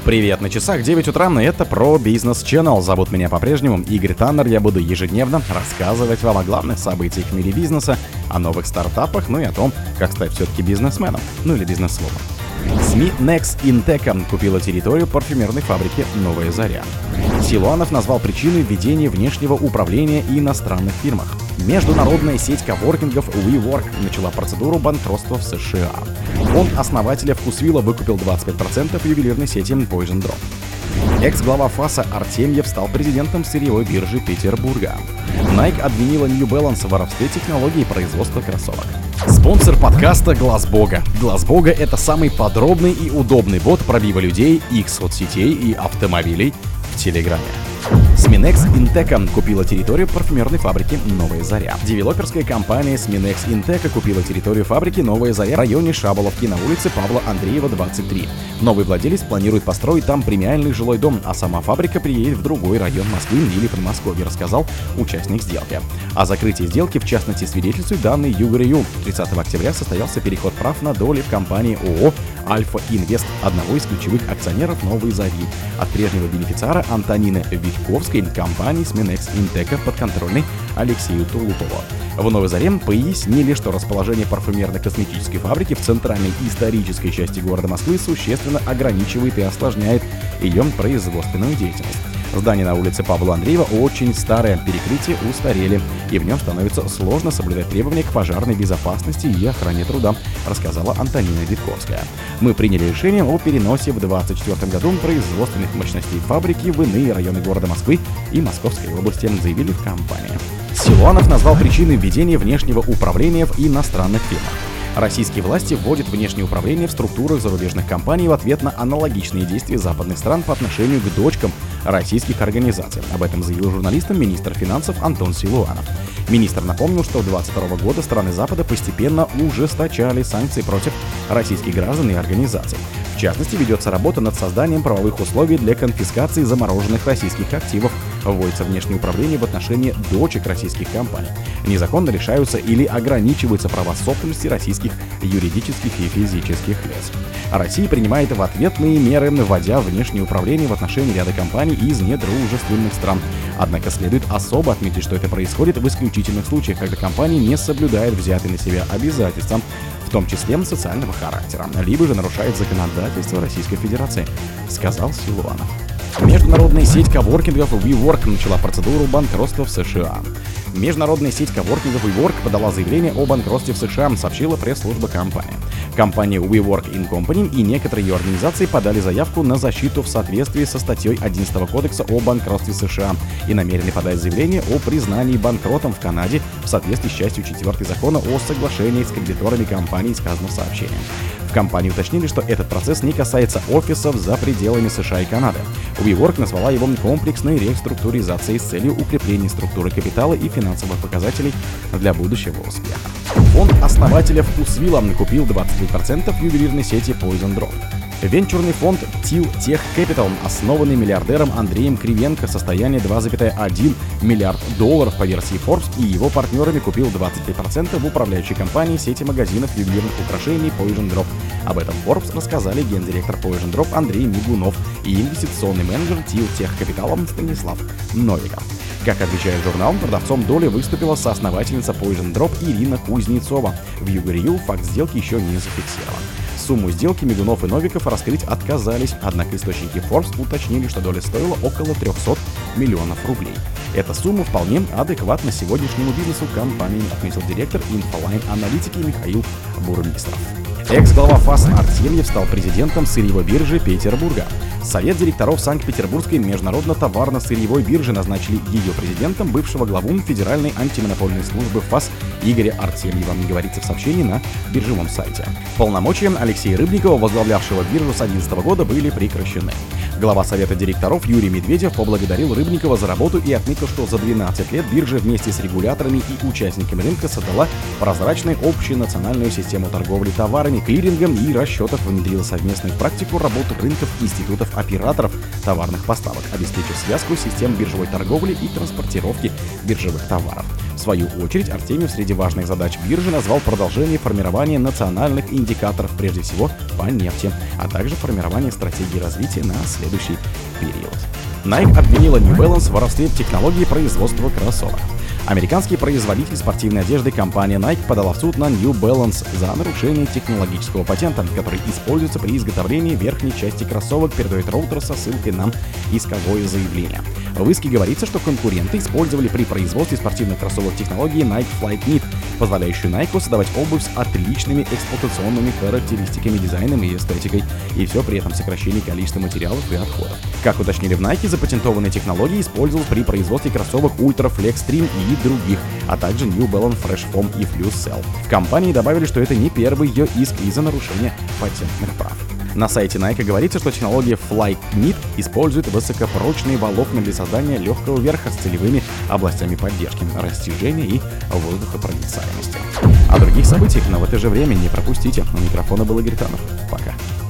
Привет, на часах 9 утра, и это про Business Channel. Зовут меня по-прежнему Игорь Таннер. Я буду ежедневно рассказывать вам о главных событиях в мире бизнеса, о новых стартапах, и о том, как стать все-таки бизнесменом, или бизнесвумен. СМИ Next Intech купила территорию парфюмерной фабрики «Новая Заря». Силуанов назвал причиной введения внешнего управления и иностранных фирмах. Международная сеть коворкингов WeWork начала процедуру банкротства в США. Фонд основателя Вкусвилла выкупил 25% ювелирной сети Poison Drop. Экс-глава ФАСа Артемьев стал президентом сырьевой биржи Петербурга. Nike обвинила New Balance в воровстве технологий производства кроссовок. Спонсор подкаста Глаз Бога. Глаз Бога — это самый подробный и удобный бот пробива людей, их соцсетей и автомобилей в Телеграме. СМИ Next Intech купила территорию парфюмерной фабрики «Новая Заря». Девелоперская компания СМИ Next Intech купила территорию фабрики «Новая Заря» в районе Шаболовки на улице Павла Андреева, 23. Новый владелец планирует построить там премиальный жилой дом, а сама фабрика приедет в другой район Москвы или Подмосковья, рассказал участник сделки. О закрытии сделки, в частности, свидетельствует данные Югорю. 30 октября состоялся переход прав на доли в компании ООО «Альфа Инвест», одного из ключевых акционеров «Новой Зари», от прежнего бенефициара Антонины Витьковской компании СМИ Next Intech подконтрольной Алексею Тулупову. В «Новой Заре» пояснили, что расположение парфюмерно-косметической фабрики в центральной исторической части города Москвы существенно ограничивает и осложняет ее производственную деятельность. Здание на улице Павла Андреева очень старое, перекрытия устарели, и в нем становится сложно соблюдать требования к пожарной безопасности и охране труда, рассказала Антонина Витковская. Мы приняли решение о переносе в 2024 году производственных мощностей фабрики в иные районы города Москвы и Московской области, заявили в компании. Силуанов назвал причиной введения внешнего управления в иностранных фирмах. Российские власти вводят внешнее управление в структурах зарубежных компаний в ответ на аналогичные действия западных стран по отношению к дочкам российских организаций. Об этом заявил журналистам министр финансов Антон Силуанов. Министр напомнил, что 2022 года страны Запада постепенно ужесточали санкции против российских граждан и организаций. В частности, ведется работа над созданием правовых условий для конфискации замороженных российских активов, вводится внешнее управление в отношении дочек российских компаний. Незаконно лишаются или ограничиваются права собственности российских юридических и физических лиц. Россия принимает в ответные меры, вводя внешнее управление в отношении ряда компаний из недружественных стран. Однако следует особо отметить, что это происходит в исключительных случаях, когда компания не соблюдает взятые на себя обязательства, в том числе социального характера, либо же нарушает законодательство Российской Федерации, сказал Силуанов. Международная сеть коворкингов WeWork начала процедуру банкротства в США. Международная сеть коворкингов WeWork подала заявление о банкротстве в США, сообщила пресс-служба компании. Компания WeWork Inc. Company и некоторые ее организации подали заявку на защиту в соответствии со статьей 11 Кодекса о банкротстве США и намерены подать заявление о признании банкротом в Канаде в соответствии с частью 4 закона о соглашении с кредиторами компании, сказано в сообщении. В компании уточнили, что этот процесс не касается офисов за пределами США и Канады. WeWork назвала его комплексной реструктуризацией с целью укрепления структуры капитала и финансовых показателей для будущего успеха. Фонд основателя Вкусвилла купил 23% ювелирной сети Poison Drop. Венчурный фонд Till Tech Capital, основанный миллиардером Андреем Кривенко, состояние $2,1 миллиард по версии Forbes, и его партнерами купил 25% в управляющей компании сети магазинов ювелирных украшений Poison Drop. Об этом Forbes рассказали гендиректор Poison Drop Андрей Мигунов и инвестиционный менеджер Till Tech Capital Станислав Новиков. Как отвечает журнал, продавцом доли выступила соосновательница Poison Drop Ирина Кузнецова. В Югорю факт сделки еще не зафиксирован. Сумму сделки Мигунов и Новиков раскрыть отказались, однако источники Forbes уточнили, что доля стоила около 300 миллионов рублей. Эта сумма вполне адекватна сегодняшнему бизнесу компании, отметил директор инфолайн-аналитики Михаил Бурмистров. Экс-глава ФАС Артемьев стал президентом сырьевой биржи Петербурга. Совет директоров Санкт-Петербургской международно-товарно-сырьевой биржи назначили ее президентом бывшего главу Федеральной антимонопольной службы ФАС Игоря Артемьева, говорится в сообщении на биржевом сайте. Полномочия Алексея Рыбникова, возглавлявшего биржу с 2011 года, были прекращены. Глава Совета директоров Юрий Медведев поблагодарил Рыбникова за работу и отметил, что за 12 лет биржа вместе с регуляторами и участниками рынка создала прозрачную общенациональную систему торговли товарами, клирингом и расчетов, внедрила совместную практику работы рынков институтов операторов товарных поставок, обеспечив связку систем биржевой торговли и транспортировки биржевых товаров. В свою очередь, Артемьев среди важных задач биржи назвал продолжение формирования национальных индикаторов, прежде всего по нефти, а также формирование стратегии развития на следующий период. Nike обвинила New Balance в воровстве в технологии производства кроссовок. Американский производитель спортивной одежды компания Nike подала в суд на New Balance за нарушение технологического патента, который используется при изготовлении верхней части кроссовок, передает Reuters со ссылкой на исковое заявление. В иске говорится, что конкуренты использовали при производстве спортивных кроссовок технологии Nike Flight Knit, позволяющую Nike создавать обувь с отличными эксплуатационными характеристиками, дизайном и эстетикой, и все при этом сокращении количества материалов и отходов. Как уточнили в Nike, запатентованные технологии использовались при производстве кроссовок Ultra Flex Stream и других, а также New Balance Fresh Foam и Fluce Cell. В компании добавили, что это не первый ее иск из-за нарушения патентных прав. На сайте Nike говорится, что технология Flight Knit использует высокопрочные волокна для создания легкого верха с целевыми областями поддержки, растяжения и воздухопроницаемости. О других событиях, но в это же время не пропустите. У микрофона был Игорь Таннер. Пока.